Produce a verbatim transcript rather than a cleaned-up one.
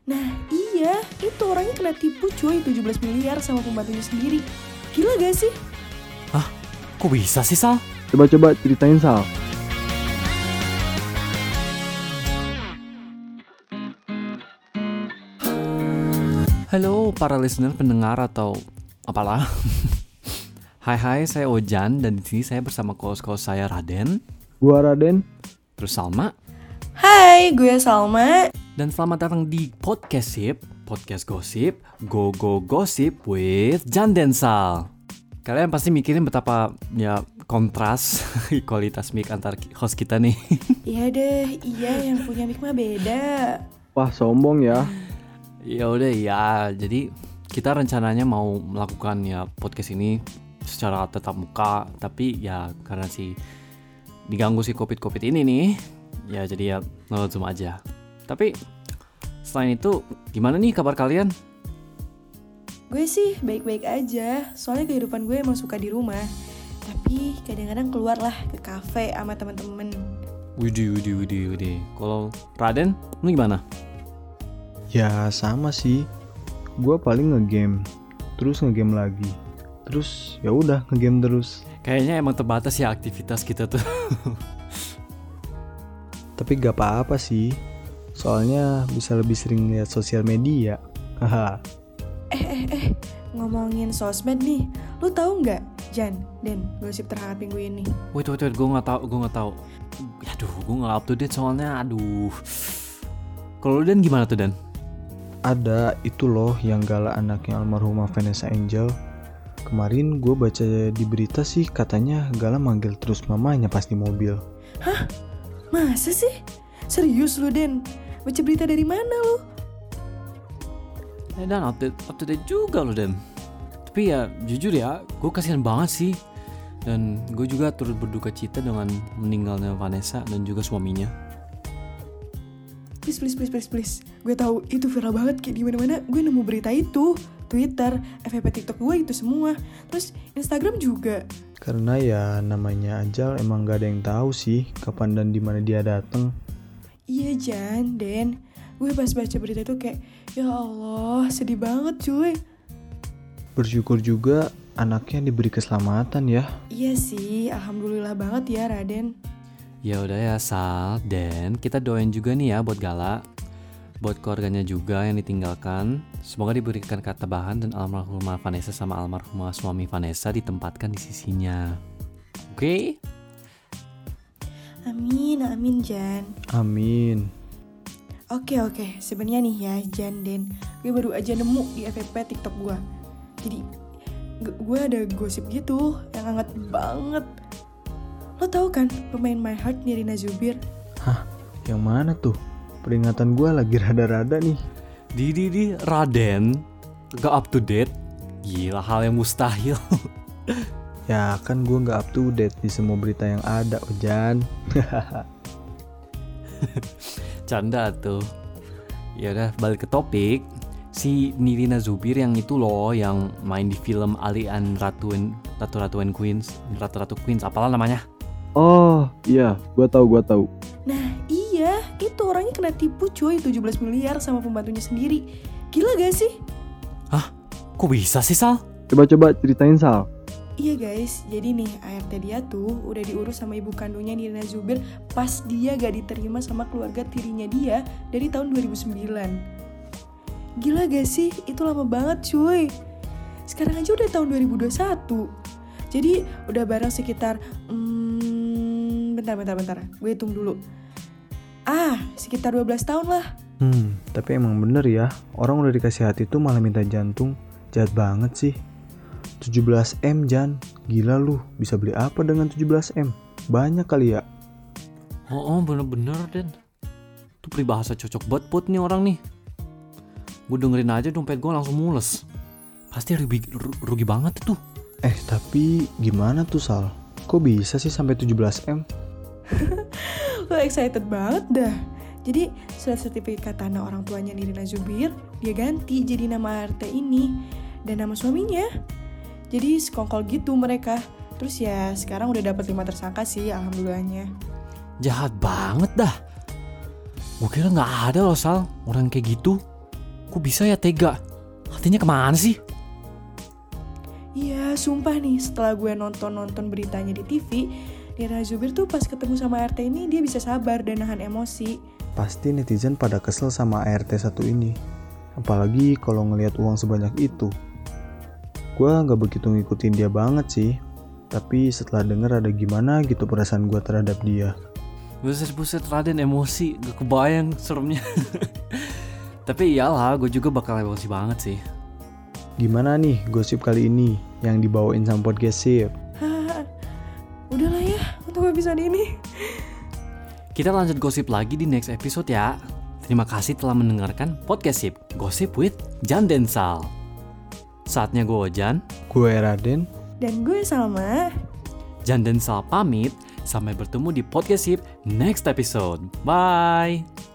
Nah iya, itu orangnya kena tipu cuy tujuh belas miliar sama pembantunya sendiri. Gila gak sih? Hah? Kok bisa sih, Sal? Coba-coba ceritain, Sal. Halo para listener, pendengar atau apalah. Hai hai, saya Ojan dan di sini saya bersama co-host saya Raden, Gua Raden. terus Salma, Hai, gue Salma. dan selamat datang di Podcast Sip, podcast gosip, go go gossip with Jan dan Sal. Kalian pasti mikirin betapa ya kontras kualitas mic antar host kita nih. Iya deh, iya yang punya mic mah beda. Wah, sombong ya. Ya udah ya, jadi kita rencananya mau melakukan ya podcast ini secara tatap muka, tapi ya karena si diganggu si covid-covid ini nih, ya jadi ya lewat Zoom aja. Tapi selain itu gimana nih kabar kalian? Gue sih baik-baik aja, soalnya kehidupan gue emang suka di rumah. Tapi kadang-kadang keluar lah ke kafe sama teman-teman. Widih, widih, widih, widih. Kalau Raden, lu gimana? Ya sama sih. Gua paling ngegame, terus ngegame lagi. Terus ya udah ngegame terus. Kayaknya emang terbatas ya aktivitas kita tuh. Tapi gak apa-apa sih. Soalnya bisa lebih sering lihat sosial media. Haha. Eh eh eh, ngomongin sosmed nih, lu tahu nggak, Jan, Den, gosip terhangat minggu ini? Wait, wait, wait, gue nggak tahu, gue nggak tahu. Aduh, gue nggak up to date soalnya, aduh. Kalau lu Dan gimana tuh Dan? Ada itu loh yang galak anaknya almarhumah Vanessa Angel. Kemarin gue baca di berita sih katanya Gala manggil terus mamanya pas di mobil. Hah? Masa sih? Serius lu, Den? Baca berita dari mana lu? Eh Dan up to, up to date juga lu Dan. Tapi ya jujur ya, gue kasihan banget sih. Dan gue juga turut berduka cita dengan meninggalnya Vanessa dan juga suaminya. Please, please, please, please, please. Gue tahu itu viral banget kayak di mana-mana. Gue nemu berita itu, Twitter, F Y P, TikTok gue itu semua. Terus Instagram juga. Karena ya namanya ajal emang gak ada yang tahu sih kapan dan di mana dia datang. Iya Jan, Den. Gue pas baca berita itu kayak, ya Allah, sedih banget cuy. Bersyukur juga anaknya diberi keselamatan ya. Iya sih, alhamdulillah banget ya Raden. Ya udah ya Sal, dan kita doain juga nih ya buat Gala, buat keluarganya juga yang ditinggalkan. Semoga diberikan ketabahan dan almarhumah Vanessa sama almarhumah suami Vanessa ditempatkan di sisinya. Oke? Okay? Amin, amin Jan. Amin. Oke oke, sebenarnya nih ya Jan, Den, gue baru aja nemu di F Y P TikTok gue. Jadi g- gue ada gosip gitu yang hangat banget. Lo tau kan pemain My Heart Nirina Zubir? Hah? Yang mana tuh? Peringatan gue lagi rada-rada nih. Di di di Raden, gak up to date. Gila, hal yang mustahil. Ya kan gue gak up to date di semua berita yang ada, Ojan. Canda tuh. Ya udah, balik ke topik. Si Nirina Zubir yang itu loh, yang main di film Alian Ratu Ratu Ratu and Queens, Ratu Ratu Queens, apalah namanya? Oh iya, gue tahu gue tahu. Nah iya, itu orangnya kena tipu cuy tujuh belas miliar sama pembantunya sendiri. Gila gak sih? Hah? Kok bisa sih, Sal? Coba-coba ceritain, Sal. Iya guys, jadi nih A R T dia tuh udah diurus sama ibu kandungnya Nirina Zubir pas dia gak diterima sama keluarga tirinya dia dari tahun dua ribu sembilan. Gila gak sih? Itu lama banget cuy. Sekarang aja udah tahun dua ribu dua puluh satu. Jadi udah bareng sekitar hmm, Bentar, bentar, bentar. Gue hitung dulu. Ah, sekitar dua belas tahun lah. Hmm, tapi emang bener ya, orang udah dikasih hati tuh malah minta jantung. Jahat banget sih. tujuh belas M Jan, gila lu, bisa beli apa dengan tujuh belas M? Banyak kali ya. Oh, oh bener-bener Den. Itu peribahasa cocok buat buat nih orang nih. Gue dengerin aja dompet gue langsung mules. Pasti rugi, rugi banget tuh. Eh tapi gimana tuh Sal? Kok bisa sih sampai tujuh belas M? Lo excited banget dah. Jadi surat sertifikat tanah orang tuanya Nirina Zubir dia ganti jadi nama A R T ini dan nama suaminya. Jadi sekongkol gitu mereka. Terus ya sekarang udah dapat lima tersangka sih alhamdulillahnya. Jahat banget dah. Gue kira gak ada loh Sal orang kayak gitu. Kok bisa ya tega? Hatinya kemana sih? Iya, sumpah nih, setelah gue nonton-nonton beritanya di T V, Nirina Zubir tuh pas ketemu sama A R T ini dia bisa sabar dan nahan emosi. Pasti netizen pada kesel sama A R T satu ini. Apalagi kalau ngelihat uang sebanyak itu. Gua nggak begitu ngikutin dia banget sih. Tapi setelah denger ada gimana gitu perasaan gue terhadap dia. Buset-buset Raden emosi, gak kebayang seremnya. Tapi iyalah, gue juga bakal emosi banget sih. Gimana nih gosip kali ini yang dibawain sama Podcasip? Udahlah ya untuk episode ini. Kita lanjut gosip lagi di next episode ya. Terima kasih telah mendengarkan Podcasip, Gosip with Jan Densal. Saatnya gue Ojan, Gue Raden, dan gue Salma. Jan Densal pamit. Sampai bertemu di Podcasip next episode. Bye.